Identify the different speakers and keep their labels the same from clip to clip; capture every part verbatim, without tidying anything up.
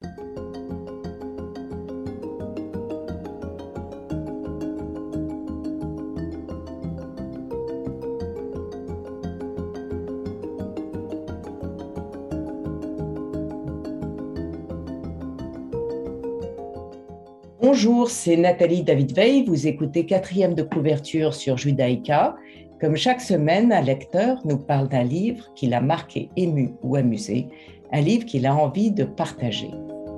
Speaker 1: Bonjour, c'est Nathalie David-Veil. Vous écoutez Quatrième de couverture sur Judaïka. Comme chaque semaine, un lecteur nous parle d'un livre qui l'a marqué, ému ou amusé, un livre qu'il a envie de partager.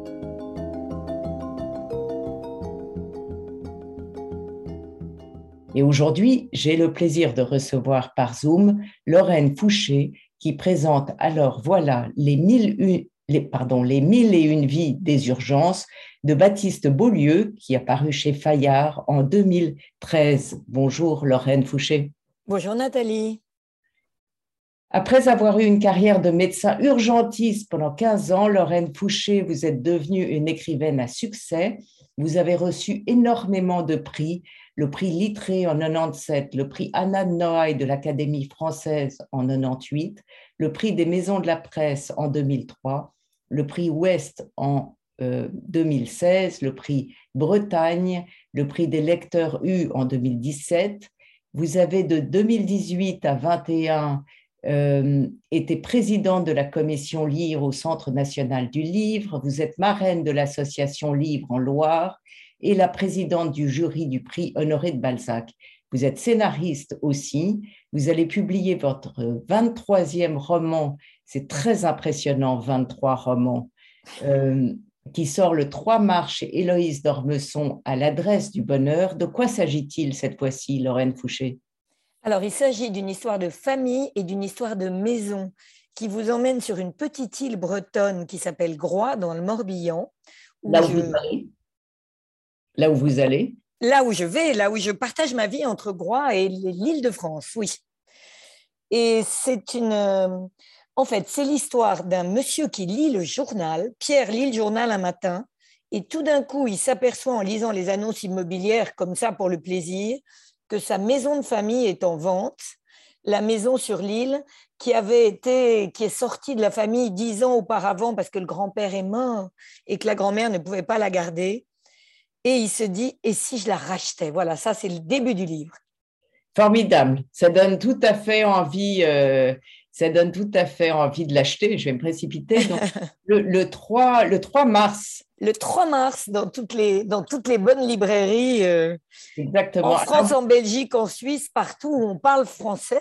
Speaker 1: Et aujourd'hui, j'ai le plaisir de recevoir par Zoom Lorraine Fouché qui présente alors voilà les mille, une, les, pardon, les mille et une vies des urgences de Baptiste Beaulieu qui a paru chez Fayard en deux mille treize. Bonjour Lorraine Fouché.
Speaker 2: Bonjour Nathalie.
Speaker 1: Après avoir eu une carrière de médecin urgentiste pendant quinze ans, Lorraine Fouché, vous êtes devenue une écrivaine à succès. Vous avez reçu énormément de prix, le prix Littré en quatre-vingt-dix-sept, le prix Anna de Noailles de l'Académie française en quatre-vingt-dix-huit, le prix des Maisons de la Presse en deux mille trois, le prix Ouest en euh, deux mille seize, le prix Bretagne, le prix des lecteurs U en deux mille dix-sept. Vous avez de deux mille dix-huit à vingt et un Euh, était présidente de la commission Lire au Centre national du livre, vous êtes marraine de l'association Livre en Loire et la présidente du jury du prix Honoré de Balzac. Vous êtes scénariste aussi, vous allez publier votre vingt-troisième roman, c'est très impressionnant, vingt-trois romans, euh, qui sort le trois mars chez Héloïse d'Ormesson à l'adresse du bonheur. De quoi s'agit-il cette fois-ci, Lorraine Fouché ?
Speaker 2: Alors, il s'agit d'une histoire de famille et d'une histoire de maison qui vous emmène sur une petite île bretonne qui s'appelle Groix, dans le Morbihan.
Speaker 1: Où là où je... vous allez Là où vous allez
Speaker 2: Là où je vais, là où je partage ma vie entre Groix et l'île de France, oui. Et c'est une... En fait, c'est l'histoire d'un monsieur qui lit le journal. Pierre lit le journal un matin et tout d'un coup, il s'aperçoit en lisant les annonces immobilières comme ça pour le plaisir que sa maison de famille est en vente, la maison sur l'île qui avait été, qui est sortie de la famille dix ans auparavant parce que le grand-père est mort et que la grand-mère ne pouvait pas la garder. Et il se dit, et si je la rachetais ? Voilà, ça c'est le début du livre.
Speaker 1: Formidable, ça donne tout à fait envie, euh, ça donne tout à fait envie de l'acheter. Je vais me précipiter. Donc, le, le, trois, le trois mars.
Speaker 2: Le trois mars, dans toutes les, dans toutes les bonnes librairies, euh,
Speaker 1: Exactement.
Speaker 2: en France, en Belgique, en Suisse, partout où on parle français.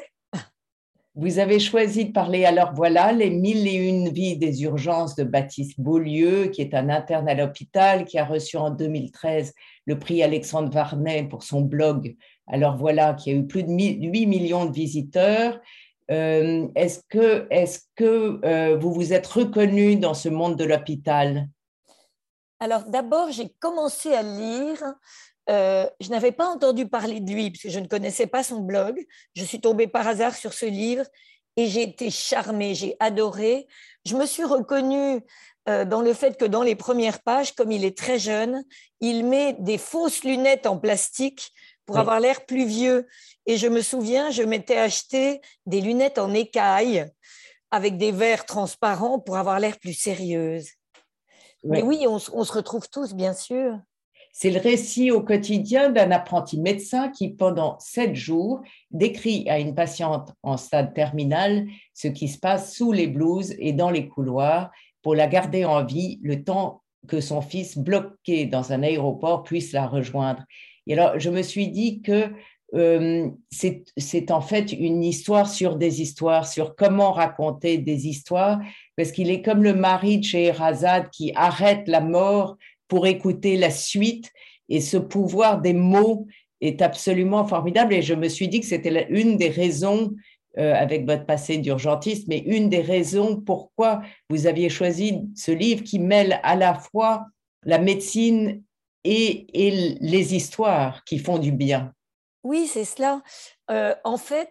Speaker 1: Vous avez choisi de parler, alors voilà, les mille et une vies des urgences de Baptiste Beaulieu, qui est un interne à l'hôpital, qui a reçu en deux mille treize le prix Alexandre Varnet pour son blog. Alors voilà, qui a eu plus de huit millions de visiteurs. Euh, est-ce que, est-ce que euh, vous vous êtes reconnu dans ce monde de l'hôpital ?
Speaker 2: Alors d'abord, j'ai commencé à lire. Euh, je n'avais pas entendu parler de lui parce que je ne connaissais pas son blog. Je suis tombée par hasard sur ce livre et j'ai été charmée, j'ai adoré. Je me suis reconnue euh, dans le fait que dans les premières pages, comme il est très jeune, il met des fausses lunettes en plastique pour oui. avoir l'air plus vieux. Et je me souviens, je m'étais acheté des lunettes en écaille avec des verres transparents pour avoir l'air plus sérieuse. Oui. Mais oui, on, on se retrouve tous, bien sûr.
Speaker 1: C'est le récit au quotidien d'un apprenti médecin qui, pendant sept jours, décrit à une patiente en stade terminal ce qui se passe sous les blouses et dans les couloirs pour la garder en vie le temps que son fils, bloqué dans un aéroport, puisse la rejoindre. Et alors, je me suis dit que euh, c'est, c'est en fait une histoire sur des histoires, sur comment raconter des histoires, parce qu'il est comme le mari de Scheherazade qui arrête la mort pour écouter la suite, et ce pouvoir des mots est absolument formidable. Et je me suis dit que c'était une des raisons, euh, avec votre passé d'urgentiste, mais une des raisons pourquoi vous aviez choisi ce livre qui mêle à la fois la médecine et, et les histoires qui font du bien.
Speaker 2: Oui, c'est cela. Euh, en fait,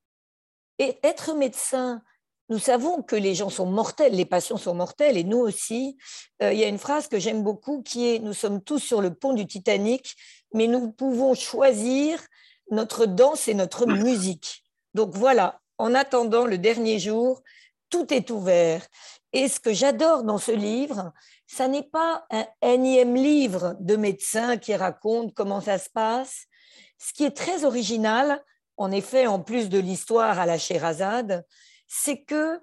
Speaker 2: être médecin, nous savons que les gens sont mortels, les patients sont mortels, et nous aussi. Euh, il y a une phrase que j'aime beaucoup qui est « Nous sommes tous sur le pont du Titanic, mais nous pouvons choisir notre danse et notre musique. » Donc voilà, en attendant le dernier jour, tout est ouvert. Et ce que j'adore dans ce livre, ça n'est pas un énième livre de médecin qui raconte comment ça se passe. Ce qui est très original, en effet, en plus de l'histoire à la Sherazade, c'est que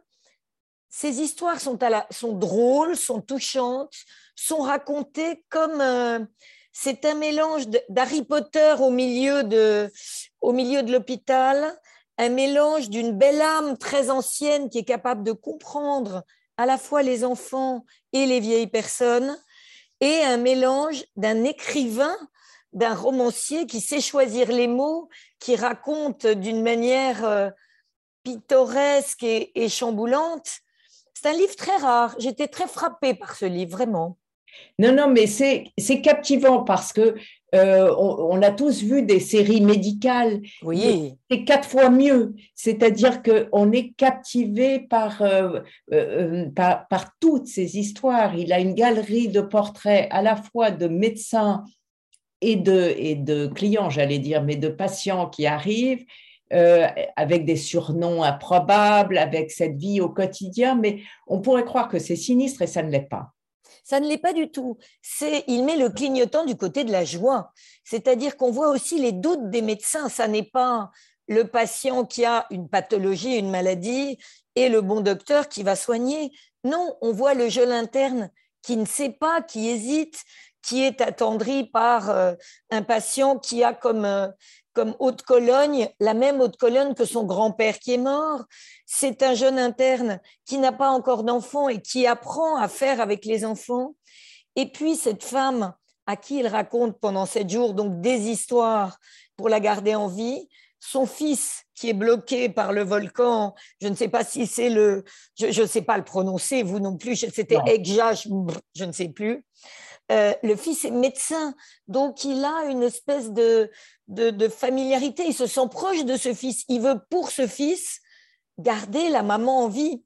Speaker 2: ces histoires sont, à la, sont drôles, sont touchantes, sont racontées comme... Euh, c'est un mélange d'Harry Potter au milieu de, au milieu de l'hôpital, un mélange d'une belle âme très ancienne qui est capable de comprendre à la fois les enfants et les vieilles personnes, et un mélange d'un écrivain, d'un romancier qui sait choisir les mots, qui raconte d'une manière euh, pittoresque et, et chamboulante. C'est un livre très rare. J'étais très frappée par ce livre, vraiment.
Speaker 1: Non, non, mais c'est c'est captivant parce que euh, on, on a tous vu des séries médicales, mais
Speaker 2: Oui.
Speaker 1: c'est quatre fois mieux. C'est-à-dire qu'on est captivé par, euh, euh, par, par toutes ces histoires. Il a une galerie de portraits à la fois de médecins et de, et de clients, j'allais dire, mais de patients qui arrivent euh, avec des surnoms improbables, avec cette vie au quotidien, mais on pourrait croire que c'est sinistre et ça ne l'est pas.
Speaker 2: Ça ne l'est pas du tout. C'est, il met le clignotant du côté de la joie. C'est-à-dire qu'on voit aussi les doutes des médecins. Ça n'est pas le patient qui a une pathologie, une maladie, et le bon docteur qui va soigner. Non, on voit le jeune interne qui ne sait pas, qui hésite, qui est attendri par euh, un patient qui a comme, euh, comme haute colonne, la même haute colonne que son grand-père qui est mort. C'est un jeune interne qui n'a pas encore d'enfants et qui apprend à faire avec les enfants. Et puis cette femme à qui il raconte pendant sept jours donc des histoires pour la garder en vie, son fils qui est bloqué par le volcan, je ne sais pas si c'est le, je ne sais pas le prononcer, vous non plus, c'était Ekjach, je ne sais plus. Euh, le fils est médecin, donc il a une espèce de, de, de familiarité, il se sent proche de ce fils, il veut pour ce fils garder la maman en vie.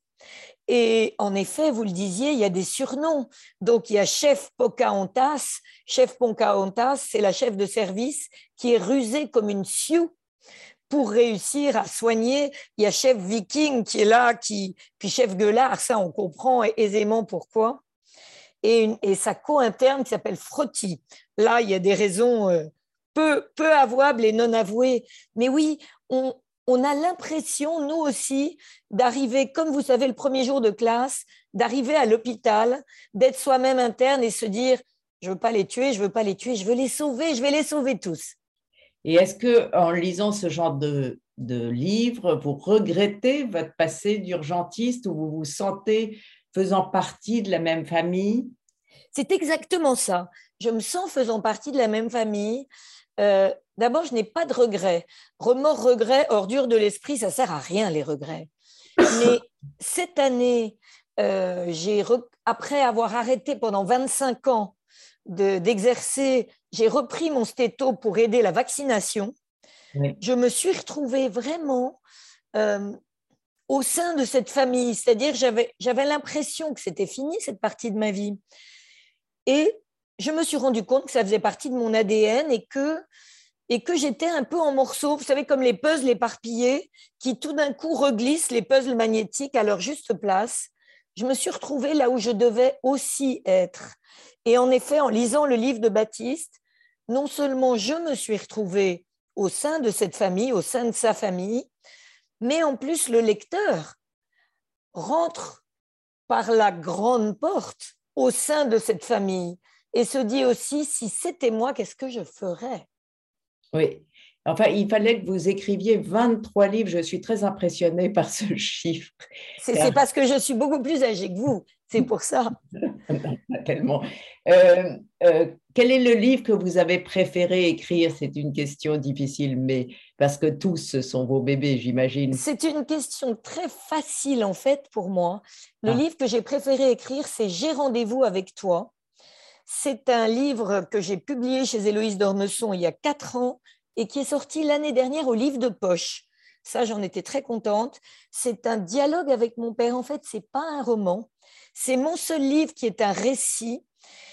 Speaker 2: Et en effet, vous le disiez, il y a des surnoms. Donc, il y a chef Pocahontas. Chef Pocahontas, c'est la chef de service qui est rusée comme une sioux pour réussir à soigner. Il y a chef Viking qui est là, qui... puis chef Gueulard, ça on comprend aisément pourquoi. Et, une... et sa co-interne qui s'appelle Frotty. Là, il y a des raisons euh, peu, peu avouables et non avouées. Mais oui, on, on a l'impression, nous aussi, d'arriver, comme vous savez, le premier jour de classe, d'arriver à l'hôpital, d'être soi-même interne et se dire, je ne veux pas les tuer, je ne veux pas les tuer, je veux les sauver, je vais les sauver tous.
Speaker 1: Et est-ce que, en lisant ce genre de, de livre, vous regrettez votre passé d'urgentiste ou vous vous sentez faisant partie de la même famille?
Speaker 2: C'est exactement ça. Je me sens faisant partie de la même famille. Euh, D'abord, je n'ai pas de regrets. Remords, regrets, ordures de l'esprit, ça ne sert à rien, les regrets. Mais cette année, euh, j'ai re... après avoir arrêté pendant vingt-cinq ans de, d'exercer, j'ai repris mon stéto pour aider la vaccination. Oui. Je me suis retrouvée vraiment euh, au sein de cette famille. C'est-à-dire, j'avais, j'avais l'impression que c'était fini, cette partie de ma vie. Et je me suis rendu compte que ça faisait partie de mon A D N et que et que j'étais un peu en morceaux, vous savez, comme les puzzles éparpillés qui tout d'un coup reglissent les puzzles magnétiques à leur juste place. Je me suis retrouvée là où je devais aussi être. Et en effet, en lisant le livre de Baptiste, non seulement je me suis retrouvée au sein de cette famille, au sein de sa famille, mais en plus le lecteur rentre par la grande porte au sein de cette famille et se dit aussi, si c'était moi, qu'est-ce que je ferais ?
Speaker 1: Oui, enfin, il fallait que vous écriviez vingt-trois livres. Je suis très impressionnée par ce chiffre.
Speaker 2: C'est car... parce que je suis beaucoup plus âgée que vous, c'est pour ça.
Speaker 1: Non, pas tellement. Euh, euh, quel est le livre que vous avez préféré écrire? C'est une question difficile, mais parce que tous ce sont vos bébés, j'imagine.
Speaker 2: C'est une question très facile, en fait, pour moi. Le ah. livre que j'ai préféré écrire, c'est « J'ai rendez-vous avec toi ». C'est un livre que j'ai publié chez Héloïse d'Ormesson il y a quatre ans et qui est sorti l'année dernière au livre de poche. Ça, j'en étais très contente. C'est un dialogue avec mon père. En fait, ce n'est pas un roman. C'est mon seul livre qui est un récit.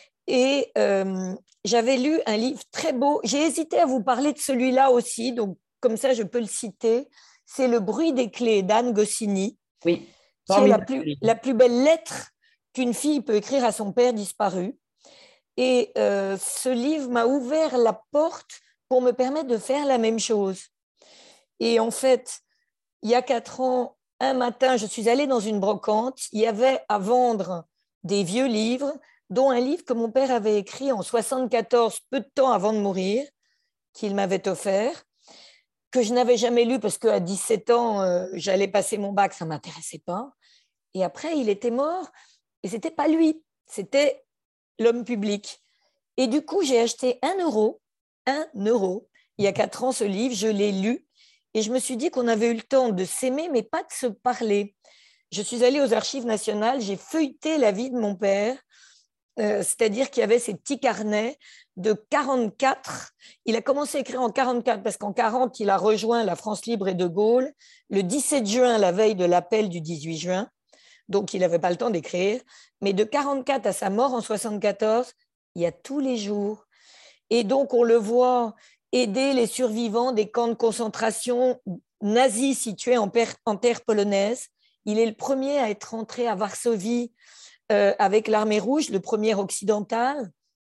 Speaker 2: Et euh, j'avais lu un livre très beau. J'ai hésité à vous parler de celui-là aussi, donc comme ça, je peux le citer. C'est « Le bruit des clés » d'Anne Goscinny.
Speaker 1: Oui.
Speaker 2: qui est la plus, la plus belle lettre qu'une fille peut écrire à son père disparu. Et euh, ce livre m'a ouvert la porte pour me permettre de faire la même chose. Et en fait, il y a quatre ans, un matin, je suis allée dans une brocante. Il y avait à vendre des vieux livres, dont un livre que mon père avait écrit en soixante-quatorze, peu de temps avant de mourir, qu'il m'avait offert, que je n'avais jamais lu parce qu'à dix-sept ans, euh, j'allais passer mon bac, ça ne m'intéressait pas. Et après, il était mort et ce n'était pas lui, c'était l'homme public. Et du coup, j'ai acheté un euro, un euro, il y a quatre ans, ce livre, je l'ai lu et je me suis dit qu'on avait eu le temps de s'aimer, mais pas de se parler. Je suis allée aux Archives nationales, j'ai feuilleté la vie de mon père, euh, c'est-à-dire qu'il y avait ces petits carnets de quarante-quatre. Il a commencé à écrire en quarante-quatre parce qu'en quarante, il a rejoint la France libre et de Gaulle le dix-sept juin, la veille de l'appel du dix-huit juin. Donc, il n'avait pas le temps d'écrire. Mais de quarante-quatre à sa mort en soixante-quatorze, il y a tous les jours. Et donc, on le voit aider les survivants des camps de concentration nazis situés en, per- en terre polonaise. Il est le premier à être rentré à Varsovie euh, avec l'armée rouge, le premier occidental.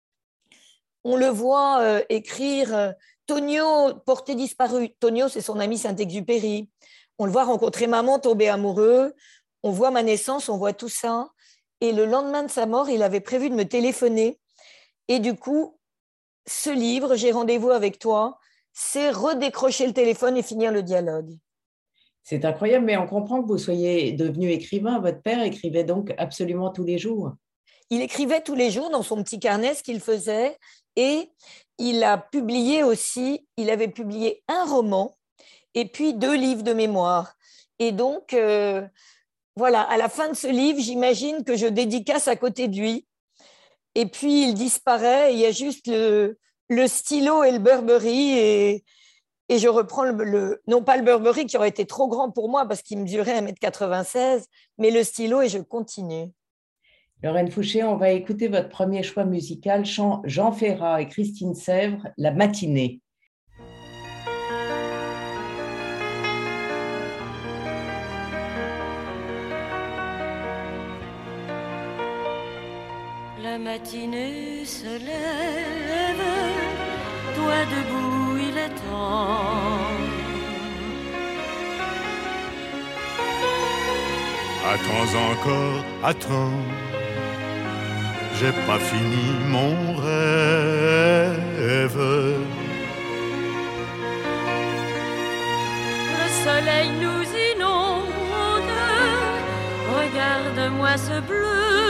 Speaker 2: On le voit euh, écrire euh, Tonio, porté disparu. Tonio, c'est son ami Saint-Exupéry. On le voit rencontrer maman, tomber amoureux. On voit ma naissance, on voit tout ça. Et le lendemain de sa mort, il avait prévu de me téléphoner. Et du coup, ce livre, J'ai rendez-vous avec toi, c'est redécrocher le téléphone et finir le dialogue.
Speaker 1: C'est incroyable, mais on comprend que vous soyez devenu écrivain. Votre père écrivait donc absolument tous les jours.
Speaker 2: Il écrivait tous les jours dans son petit carnet ce qu'il faisait et il a publié aussi, il avait publié un roman et puis deux livres de mémoire. Et donc, euh, voilà, à la fin de ce livre, j'imagine que je dédicace à côté de lui. Et puis, il disparaît. Il y a juste le, le stylo et le Burberry. Et, et je reprends, le, le, non pas le Burberry qui aurait été trop grand pour moi parce qu'il mesurait un mètre quatre-vingt-seize, mais le stylo et je continue.
Speaker 1: Lorraine Fouché, on va écouter votre premier choix musical, chant Jean Ferrat et Christine Sèvres, La matinée.
Speaker 3: La matinée se lève, toi debout, il est temps.
Speaker 4: Attends encore, attends, j'ai pas fini mon rêve.
Speaker 3: Le soleil nous inonde, regarde-moi ce bleu.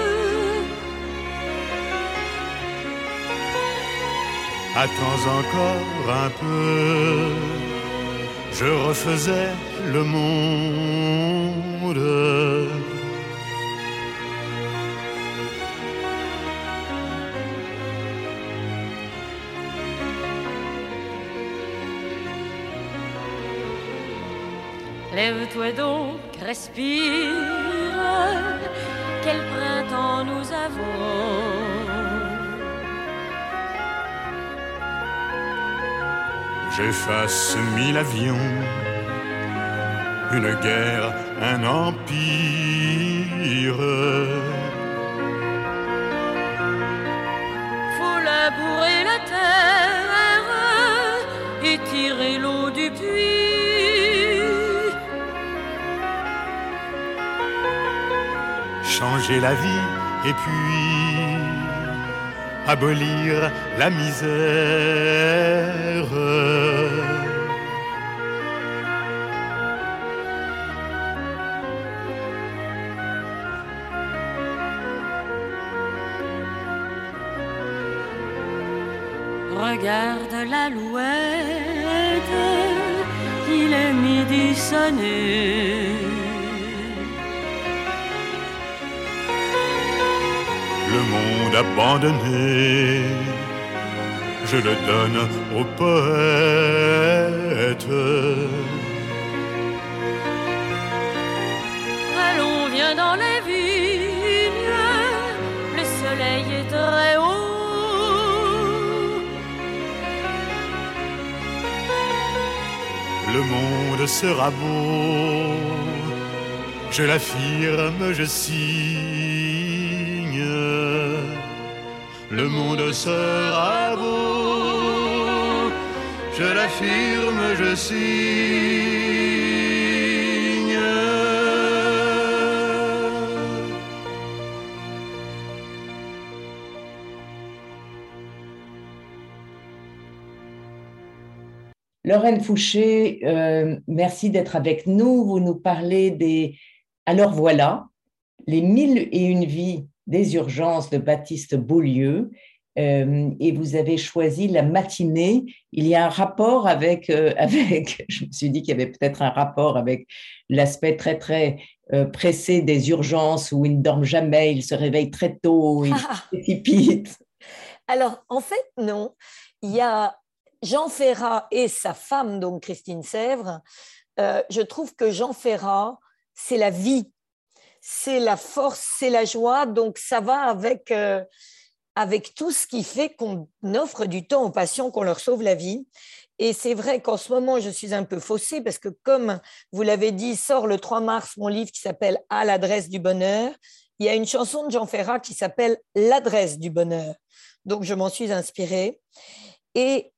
Speaker 4: Attends encore un peu, je refaisais le monde.
Speaker 3: Lève-toi donc, respire, quel printemps nous avons.
Speaker 4: J'efface mille avions, une guerre, un empire.
Speaker 3: Faut labourer la terre et tirer l'eau du puits.
Speaker 4: Changer la vie et puis abolir la misère.
Speaker 3: Regarde l'alouette, il est midi sonné.
Speaker 4: Le monde abandonné, je le donne aux poètes.
Speaker 3: Allons, viens dans les vignes, le soleil est très haut.
Speaker 4: Le monde sera beau je l'affirme, je signe, le monde sera beau, je l'affirme, je signe.
Speaker 1: Lorraine Fouché, euh, merci d'être avec nous. Vous nous parlez des... Alors voilà, les mille et une vies des urgences de Baptiste Beaulieu. Euh, et vous avez choisi la matinée. Il y a un rapport avec, euh, avec je me suis dit qu'il y avait peut-être un rapport avec l'aspect très, très euh, pressé des urgences où ils ne dorment jamais, ils se réveillent très tôt, ils se précipitent.
Speaker 2: Alors, en fait, non. Il y a Jean Ferrat et sa femme, donc Christine Sèvres. Euh, je trouve que Jean Ferrat, c'est la vie, c'est la force, c'est la joie. Donc, ça va avec, euh, avec tout ce qui fait qu'on offre du temps aux patients, qu'on leur sauve la vie. Et c'est vrai qu'en ce moment, je suis un peu faussée parce que, comme vous l'avez dit, sort le trois mars mon livre qui s'appelle « À l'adresse du bonheur ». Il y a une chanson de Jean Ferrat qui s'appelle « L'adresse du bonheur ». Donc, je m'en suis inspirée. Et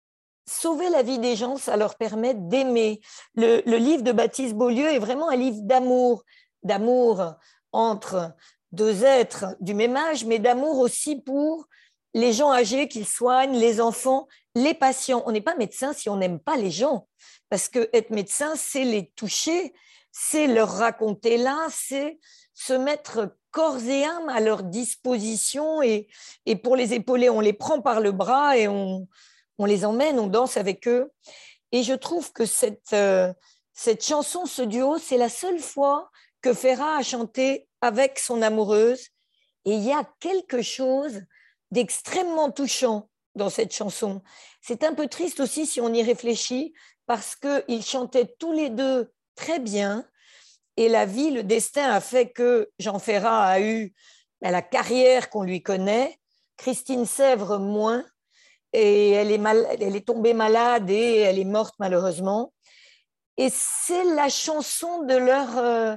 Speaker 2: sauver la vie des gens, ça leur permet d'aimer. Le, le livre de Baptiste Beaulieu est vraiment un livre d'amour, d'amour entre deux êtres du même âge, mais d'amour aussi pour les gens âgés qu'ils soignent, les enfants, les patients. On n'est pas médecin si on n'aime pas les gens, parce que être médecin, c'est les toucher, c'est leur raconter là, c'est se mettre corps et âme à leur disposition, et, et pour les épauler, on les prend par le bras et on on les emmène, on danse avec eux. Et je trouve que cette, euh, cette chanson, ce duo, c'est la seule fois que Ferrat a chanté avec son amoureuse. Et il y a quelque chose d'extrêmement touchant dans cette chanson. C'est un peu triste aussi si on y réfléchit, parce qu'ils chantaient tous les deux très bien. Et la vie, le destin a fait que Jean Ferrat a eu la carrière qu'on lui connaît, Christine Sèvres moins. Et elle est, mal, elle est tombée malade et elle est morte malheureusement. Et c'est la chanson de leur, euh,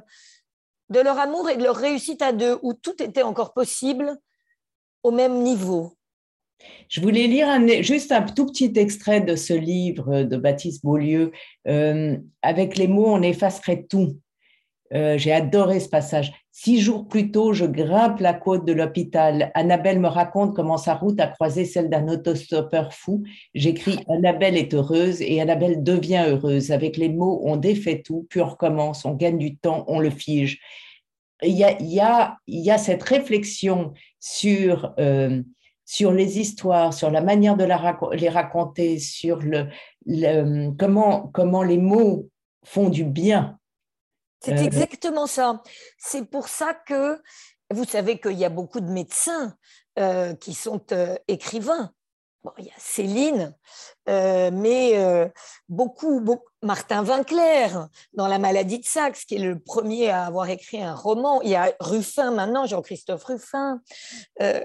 Speaker 2: de leur amour et de leur réussite à deux, où tout était encore possible au même niveau.
Speaker 1: Je voulais lire un, juste un tout petit extrait de ce livre de Baptiste Beaulieu, euh, avec les mots « on effacerait tout ». Euh, j'ai adoré ce passage. Six jours plus tôt, je grimpe la côte de l'hôpital. Annabelle me raconte comment sa route a croisé celle d'un autostoppeur fou. J'écris « Annabelle est heureuse » et Annabelle devient heureuse. Avec les mots, on défait tout, puis on recommence, on gagne du temps, on le fige. Il y a, il y a, il y a cette réflexion sur, euh, sur les histoires, sur la manière de la rac- les raconter, sur le, le, comment, comment les mots font du bien.
Speaker 2: C'est exactement ça. C'est pour ça que, vous savez qu'il y a beaucoup de médecins euh, qui sont euh, écrivains. Bon, il y a Céline, euh, mais euh, beaucoup, beaucoup, Martin Winkler, dans La maladie de Saxe, qui est le premier à avoir écrit un roman. Il y a Ruffin maintenant, Jean-Christophe Ruffin. Euh,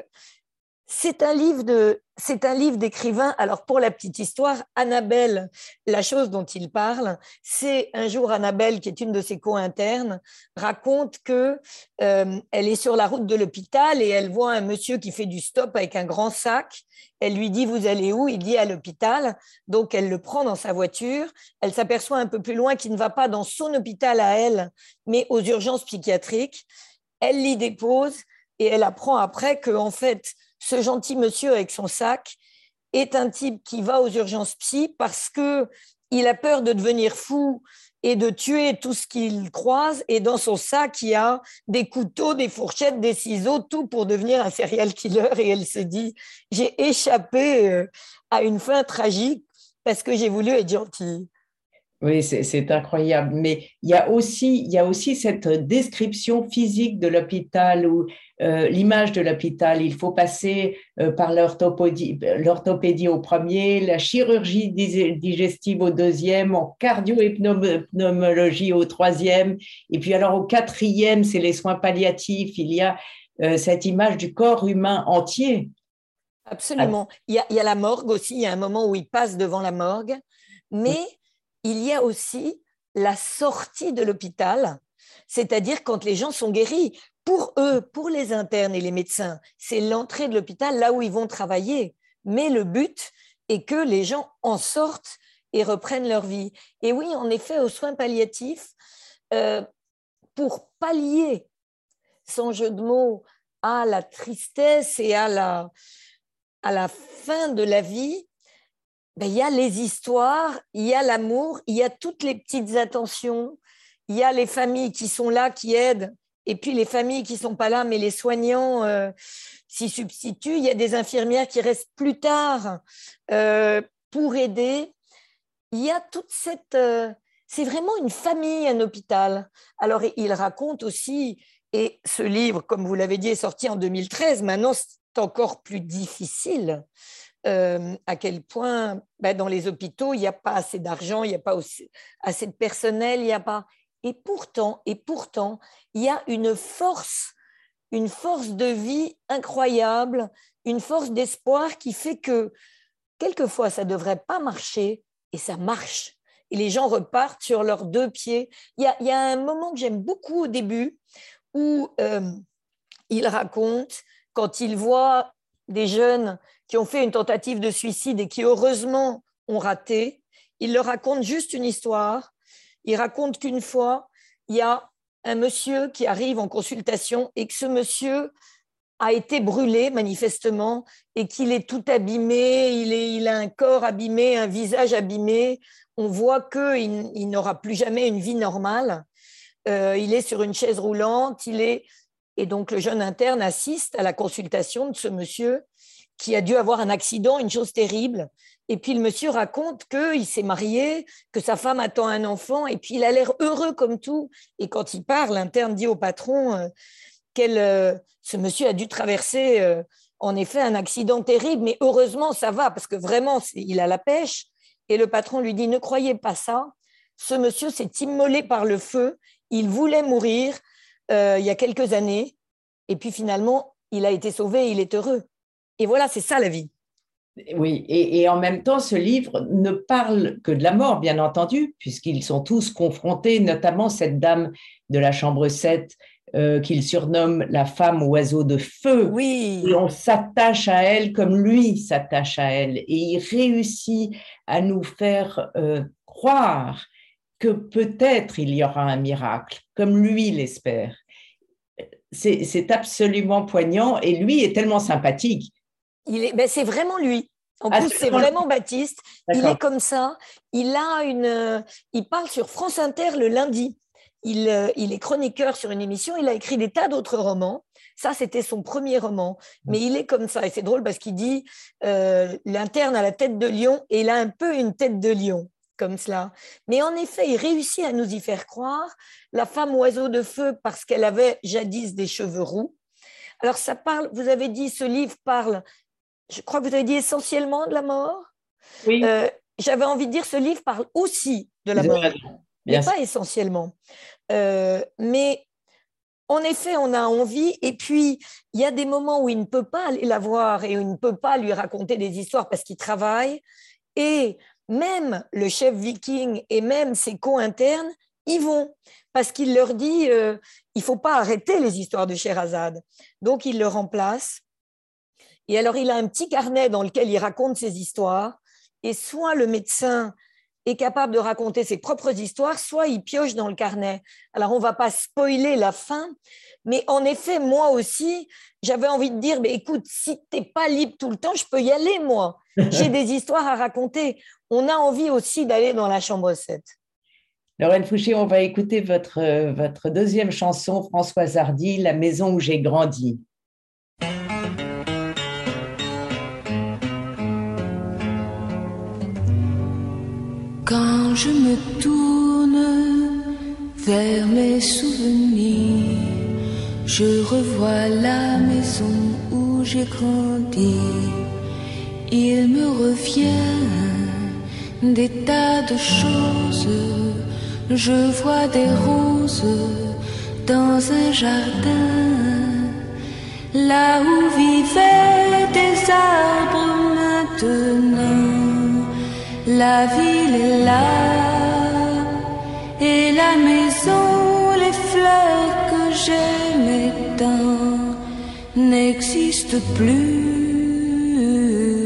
Speaker 2: C'est un livre de, c'est un livre d'écrivain. Alors, pour la petite histoire, Annabelle, la chose dont il parle, c'est un jour Annabelle, qui est une de ses co-internes, raconte que euh, elle est sur la route de l'hôpital et elle voit un monsieur qui fait du stop avec un grand sac. Elle lui dit « Vous allez où ?» Il dit « À l'hôpital ». Donc, elle le prend dans sa voiture. Elle s'aperçoit un peu plus loin qu'il ne va pas dans son hôpital à elle, mais aux urgences psychiatriques. Elle l'y dépose et elle apprend après qu'en fait, ce gentil monsieur avec son sac est un type qui va aux urgences psy parce qu'il a peur de devenir fou et de tuer tout ce qu'il croise. Et dans son sac, il y a des couteaux, des fourchettes, des ciseaux, tout pour devenir un serial killer. Et elle se dit, j'ai échappé à une fin tragique parce que j'ai voulu être gentille.
Speaker 1: Oui, c'est, c'est incroyable. Mais il y a aussi, il y a aussi cette description physique de l'hôpital où euh, l'image de l'hôpital, il faut passer euh, par l'orthopédie, l'orthopédie au premier, la chirurgie digestive au deuxième, en cardio-pneumologie au troisième, et puis alors au quatrième, c'est les soins palliatifs. Il y a euh, cette image du corps humain entier.
Speaker 2: Absolument. Il y a, il y a la morgue aussi. Il y a un moment où il passe devant la morgue, mais il y a aussi la sortie de l'hôpital, c'est-à-dire quand les gens sont guéris. Pour eux, pour les internes et les médecins, c'est l'entrée de l'hôpital là où ils vont travailler. Mais le but est que les gens en sortent et reprennent leur vie. Et oui, en effet, aux soins palliatifs, euh, pour pallier, sans jeu de mots, à la tristesse et à la, à la fin de la vie, ben, il y a les histoires, il y a l'amour, il y a toutes les petites attentions, il y a les familles qui sont là, qui aident, et puis les familles qui ne sont pas là, mais les soignants euh, s'y substituent. Il y a des infirmières qui restent plus tard euh, pour aider. Il y a toute cette... Euh, c'est vraiment une famille, un hôpital. Alors, il raconte aussi, et ce livre, comme vous l'avez dit, est sorti en deux mille treize, maintenant c'est encore plus difficile, euh, à quel point ben, dans les hôpitaux, il n'y a pas assez d'argent, il n'y a pas aussi, assez de personnel, il n'y a pas... Et pourtant, et pourtant, il y a une force, une force de vie incroyable, une force d'espoir qui fait que quelquefois, ça ne devrait pas marcher et ça marche. Et les gens repartent sur leurs deux pieds. Il y a, il y a un moment que j'aime beaucoup au début où euh, il raconte quand il voit des jeunes qui ont fait une tentative de suicide et qui heureusement ont raté. Il leur raconte juste une histoire. Il raconte qu'une fois, il y a un monsieur qui arrive en consultation et que ce monsieur a été brûlé manifestement et qu'il est tout abîmé, il, est, il a un corps abîmé, un visage abîmé. On voit qu'il il n'aura plus jamais une vie normale. Euh, il est sur une chaise roulante, il est... et donc le jeune interne assiste à la consultation de ce monsieur qui a dû avoir un accident, une chose terrible. Et puis le monsieur raconte qu'il s'est marié, que sa femme attend un enfant, et puis il a l'air heureux comme tout. Et quand il part, l'interne dit au patron euh, que euh, ce monsieur a dû traverser euh, en effet un accident terrible, mais heureusement ça va, parce que vraiment il a la pêche. Et le patron lui dit, ne croyez pas ça, ce monsieur s'est immolé par le feu, il voulait mourir euh, il y a quelques années, et puis finalement il a été sauvé et il est heureux. Et voilà, c'est ça la vie.
Speaker 1: Oui, et, et en même temps, ce livre ne parle que de la mort, bien entendu, puisqu'ils sont tous confrontés, notamment cette dame de la chambre sept, euh, qu'il surnomme la femme oiseau de feu.
Speaker 2: Oui.
Speaker 1: Et on s'attache à elle comme lui s'attache à elle. Et il réussit à nous faire euh, croire que peut-être il y aura un miracle, comme lui l'espère. C'est, c'est absolument poignant, et lui est tellement sympathique.
Speaker 2: Il est, ben c'est vraiment lui. En
Speaker 1: ah,
Speaker 2: plus, c'est vraiment lui. Baptiste.
Speaker 1: D'accord.
Speaker 2: Il est comme ça. Il a une. Il parle sur France Inter le lundi. Il, il est chroniqueur sur une émission. Il a écrit des tas d'autres romans. Ça, c'était son premier roman. Mais il est comme ça. Et c'est drôle parce qu'il dit euh, l'interne a la tête de lion et il a un peu une tête de lion, comme cela. Mais en effet, il réussit à nous y faire croire. La femme oiseau de feu, parce qu'elle avait jadis des cheveux roux. Alors, ça parle. Vous avez dit, ce livre parle. Je crois que vous avez dit essentiellement de la mort.
Speaker 1: Oui.
Speaker 2: Euh, j'avais envie de dire, ce livre parle aussi de la mort, mais pas essentiellement. Euh, mais en effet, on a envie. Et puis, il y a des moments où il ne peut pas aller la voir et où il ne peut pas lui raconter des histoires parce qu'il travaille. Et même le chef viking et même ses co-internes y vont parce qu'il leur dit euh, il ne faut pas arrêter les histoires de Sherazade. Donc, il le remplace. Et alors, il a un petit carnet dans lequel il raconte ses histoires. Et soit le médecin est capable de raconter ses propres histoires, soit il pioche dans le carnet. Alors, on ne va pas spoiler la fin. Mais en effet, moi aussi, j'avais envie de dire, mais écoute, si tu n'es pas libre tout le temps, je peux y aller, moi. J'ai des histoires à raconter. On a envie aussi d'aller dans la chambre sept.
Speaker 1: Lorraine Fouché, on va écouter votre, votre deuxième chanson, Françoise Hardy, La maison où j'ai grandi.
Speaker 5: Quand je me tourne vers mes souvenirs, je revois la maison où j'ai grandi. Il me revient des tas de choses. Je vois des roses dans un jardin, là où vivaient des arbres maintenant. La ville est là, et la maison, les fleurs j'aimais tant n'existe plus.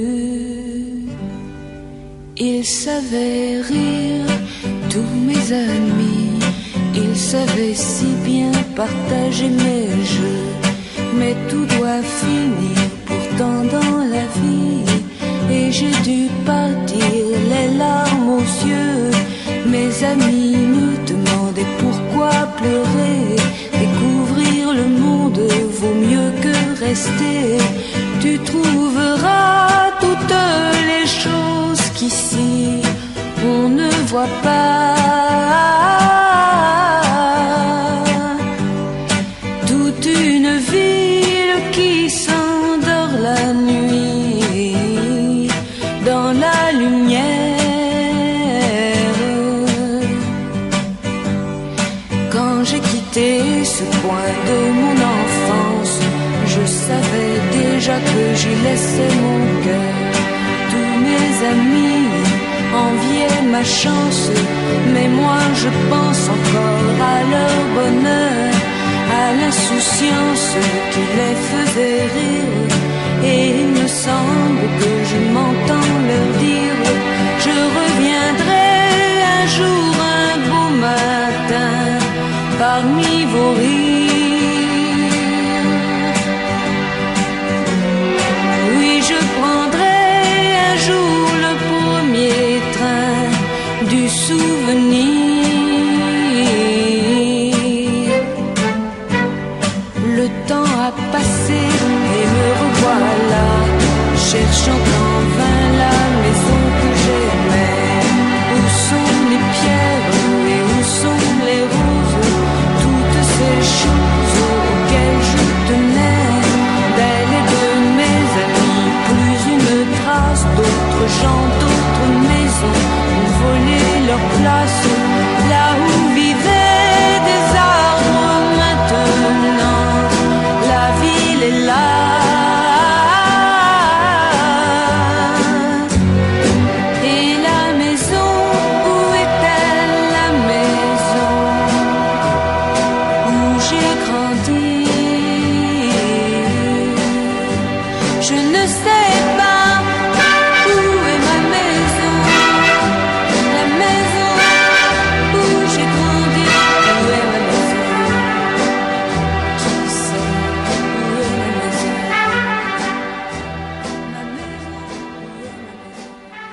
Speaker 5: Ils savaient rire, tous mes amis, ils savaient si bien partager mes jeux. Mais tout doit finir pourtant dans la vie, et j'ai dû partir les larmes aux yeux. Mes amis me demandaient pourquoi pleurer. Découvrir le monde vaut mieux que rester. Tu trouveras toutes les choses qu'ici on ne voit pas. Toute une ville qui s'endort la nuit dans la lumière. Quand j'ai quitté ce coin de mon enfance, je savais déjà que j'y laissais mon cœur. Tous mes amis enviaient ma chance, mais moi je pense encore à leur bonheur, à l'insouciance qui les faisait rire. Et il me semble que je m'entends leur dire: je reviendrai un jour, un beau matin, parmi vos rires. Oui, je prendrai un jour le premier train du souvenir. Le temps a passé et me revoilà, cherchant en vain la maison que j'aimais. Où sont les pierres et où sont les roses, toutes ces choses auxquelles je tenais, d'elle et de mes amis, plus une trace d'autres gens, d'autres maisons ont volé leur place. Là où vivaient des arbres, maintenant la ville est là. Et la maison, où est-elle, la maison où j'ai grandi? Je ne sais pas où est ma maison, la maison où j'ai grandi. Où est ma maison? Qui sait où est ma maison? Ma maison, où est ma maison?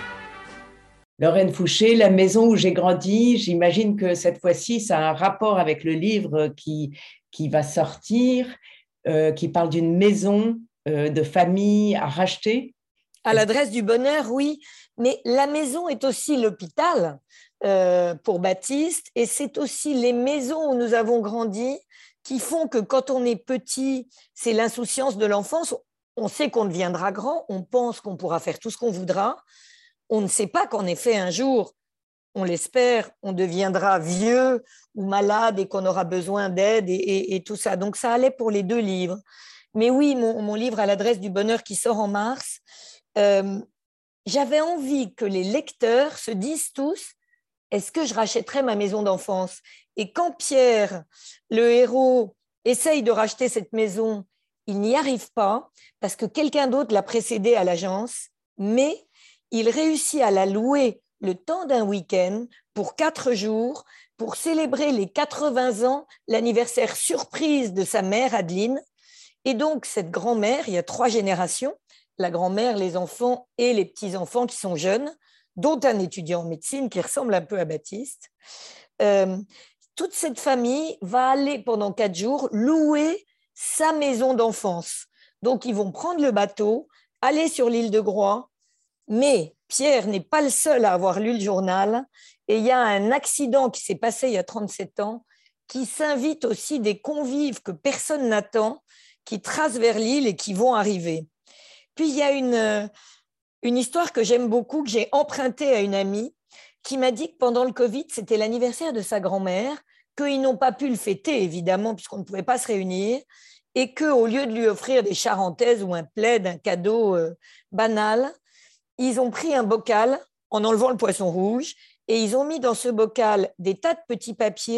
Speaker 1: Lorraine Fouché, La maison où j'ai grandi, j'imagine que cette fois-ci, ça a un rapport avec le livre qui, qui va sortir, euh, qui parle d'une maison euh, de famille à racheter.
Speaker 2: À l'adresse du bonheur, oui, mais la maison est aussi l'hôpital euh, pour Baptiste, et c'est aussi les maisons où nous avons grandi qui font que quand on est petit, c'est l'insouciance de l'enfance, on sait qu'on deviendra grand, on pense qu'on pourra faire tout ce qu'on voudra, on ne sait pas qu'en effet un jour, on l'espère, on deviendra vieux ou malade et qu'on aura besoin d'aide et, et, et tout ça. Donc ça allait pour les deux livres. Mais oui, mon, mon livre À l'adresse du bonheur qui sort en mars, euh, j'avais envie que les lecteurs se disent tous: est-ce que je rachèterais ma maison d'enfance? Et quand Pierre, le héros, essaye de racheter cette maison, il n'y arrive pas parce que quelqu'un d'autre l'a précédé à l'agence, mais il réussit à la louer le temps d'un week-end pour quatre jours pour célébrer les quatre-vingts ans, l'anniversaire surprise de sa mère, Adeline. Et donc, cette grand-mère, il y a trois générations, la grand-mère, les enfants et les petits-enfants qui sont jeunes, dont un étudiant en médecine qui ressemble un peu à Baptiste. Euh, toute cette famille va aller pendant quatre jours louer sa maison d'enfance. Donc, ils vont prendre le bateau, aller sur l'île de Groix, mais Pierre n'est pas le seul à avoir lu le journal, et il y a un accident qui s'est passé il y a trente-sept ans qui s'invite aussi des convives que personne n'attend, qui tracent vers l'île et qui vont arriver. Puis, il y a une, une histoire que j'aime beaucoup, que j'ai empruntée à une amie, qui m'a dit que pendant le Covid, c'était l'anniversaire de sa grand-mère, qu'ils n'ont pas pu le fêter, évidemment, puisqu'on ne pouvait pas se réunir, et qu'au lieu de lui offrir des charentaises ou un plaid, un cadeau euh, banal, ils ont pris un bocal en enlevant le poisson rouge et ils ont mis dans ce bocal des tas de petits papiers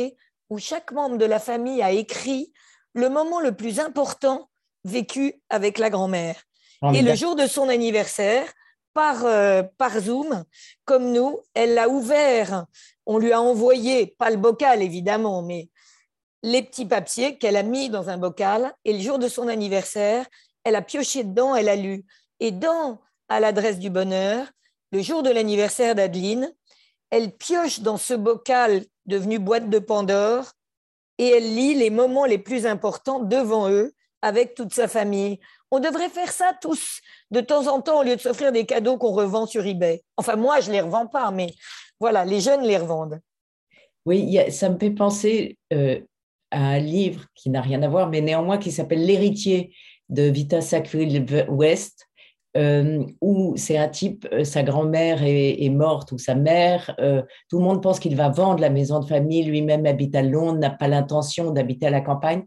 Speaker 2: où chaque membre de la famille a écrit le moment le plus important vécu avec la grand-mère. Et le jour de son anniversaire, par, euh, par Zoom, comme nous, elle l'a ouvert. On lui a envoyé, pas le bocal évidemment, mais les petits papiers qu'elle a mis dans un bocal. Et le jour de son anniversaire, elle a pioché dedans, elle a lu. Et dans À l'adresse du bonheur, le jour de l'anniversaire d'Adeline, elle pioche dans ce bocal devenu boîte de Pandore et elle lit les moments les plus importants devant eux avec toute sa famille. On devrait faire ça tous, de temps en temps, au lieu de s'offrir des cadeaux qu'on revend sur eBay. Enfin, moi, je ne les revends pas, mais voilà, les jeunes les revendent.
Speaker 1: Oui, y a, ça me fait penser euh, à un livre qui n'a rien à voir, mais néanmoins qui s'appelle L'héritier de Vita Sackville-West, euh, où c'est un type, euh, sa grand-mère est, est morte ou sa mère, euh, tout le monde pense qu'il va vendre la maison de famille, lui-même habite à Londres, n'a pas l'intention d'habiter à la campagne.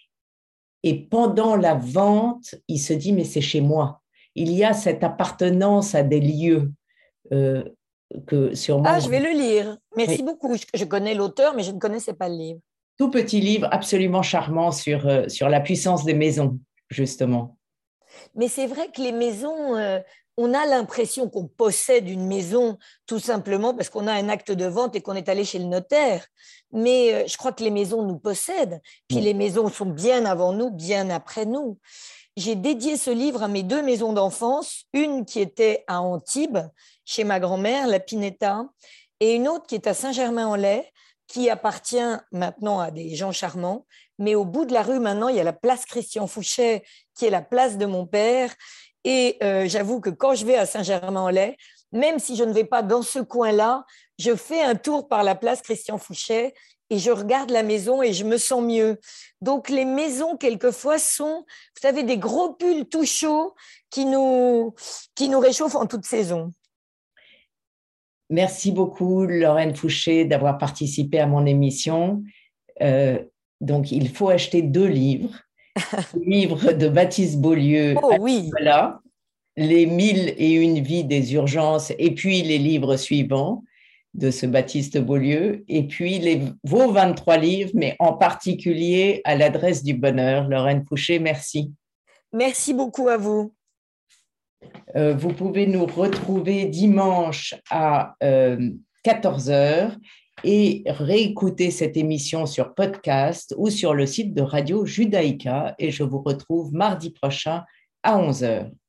Speaker 1: Et pendant la vente, il se dit, mais c'est chez moi. Il y a cette appartenance à des lieux euh, que sûrement…
Speaker 2: Ah, je vais le lire. Merci
Speaker 1: oui.
Speaker 2: beaucoup. Je, je connais l'auteur, mais je ne connaissais pas le livre.
Speaker 1: Tout petit livre absolument charmant sur, euh, sur la puissance des maisons, justement.
Speaker 2: Mais c'est vrai que les maisons, euh, on a l'impression qu'on possède une maison tout simplement parce qu'on a un acte de vente et qu'on est allé chez le notaire. Mais euh, je crois que les maisons nous possèdent. Puis oui. Les maisons sont bien avant nous, bien après nous. J'ai dédié ce livre à mes deux maisons d'enfance, une qui était à Antibes, chez ma grand-mère, la Pinetta, et une autre qui est à Saint-Germain-en-Laye, qui appartient maintenant à des gens charmants. Mais au bout de la rue, maintenant, il y a la place Christian-Fouchet, qui est la place de mon père. Et euh, j'avoue que quand je vais à Saint-Germain-en-Laye, même si je ne vais pas dans ce coin-là, je fais un tour par la place Christian-Fouchet et je regarde la maison et je me sens mieux. Donc, les maisons, quelquefois, sont, vous savez, des gros pulls tout chauds qui nous, qui nous réchauffent en toute saison.
Speaker 1: Merci beaucoup, Lorraine Fouché, d'avoir participé à mon émission. Euh, donc, il faut acheter deux livres. Le livre de Baptiste Beaulieu,
Speaker 2: oh, oui.
Speaker 1: Voilà, Les mille et une vies des urgences, et puis les livres suivants de ce Baptiste Beaulieu, et puis les, vos vingt-trois livres, mais en particulier À l'adresse du bonheur. Lorraine Fouché, merci.
Speaker 2: Merci beaucoup à vous.
Speaker 1: Euh, vous pouvez nous retrouver dimanche à euh, quatorze heures et réécouter cette émission sur podcast ou sur le site de Radio Judaïka. Et je vous retrouve mardi prochain à onze heures.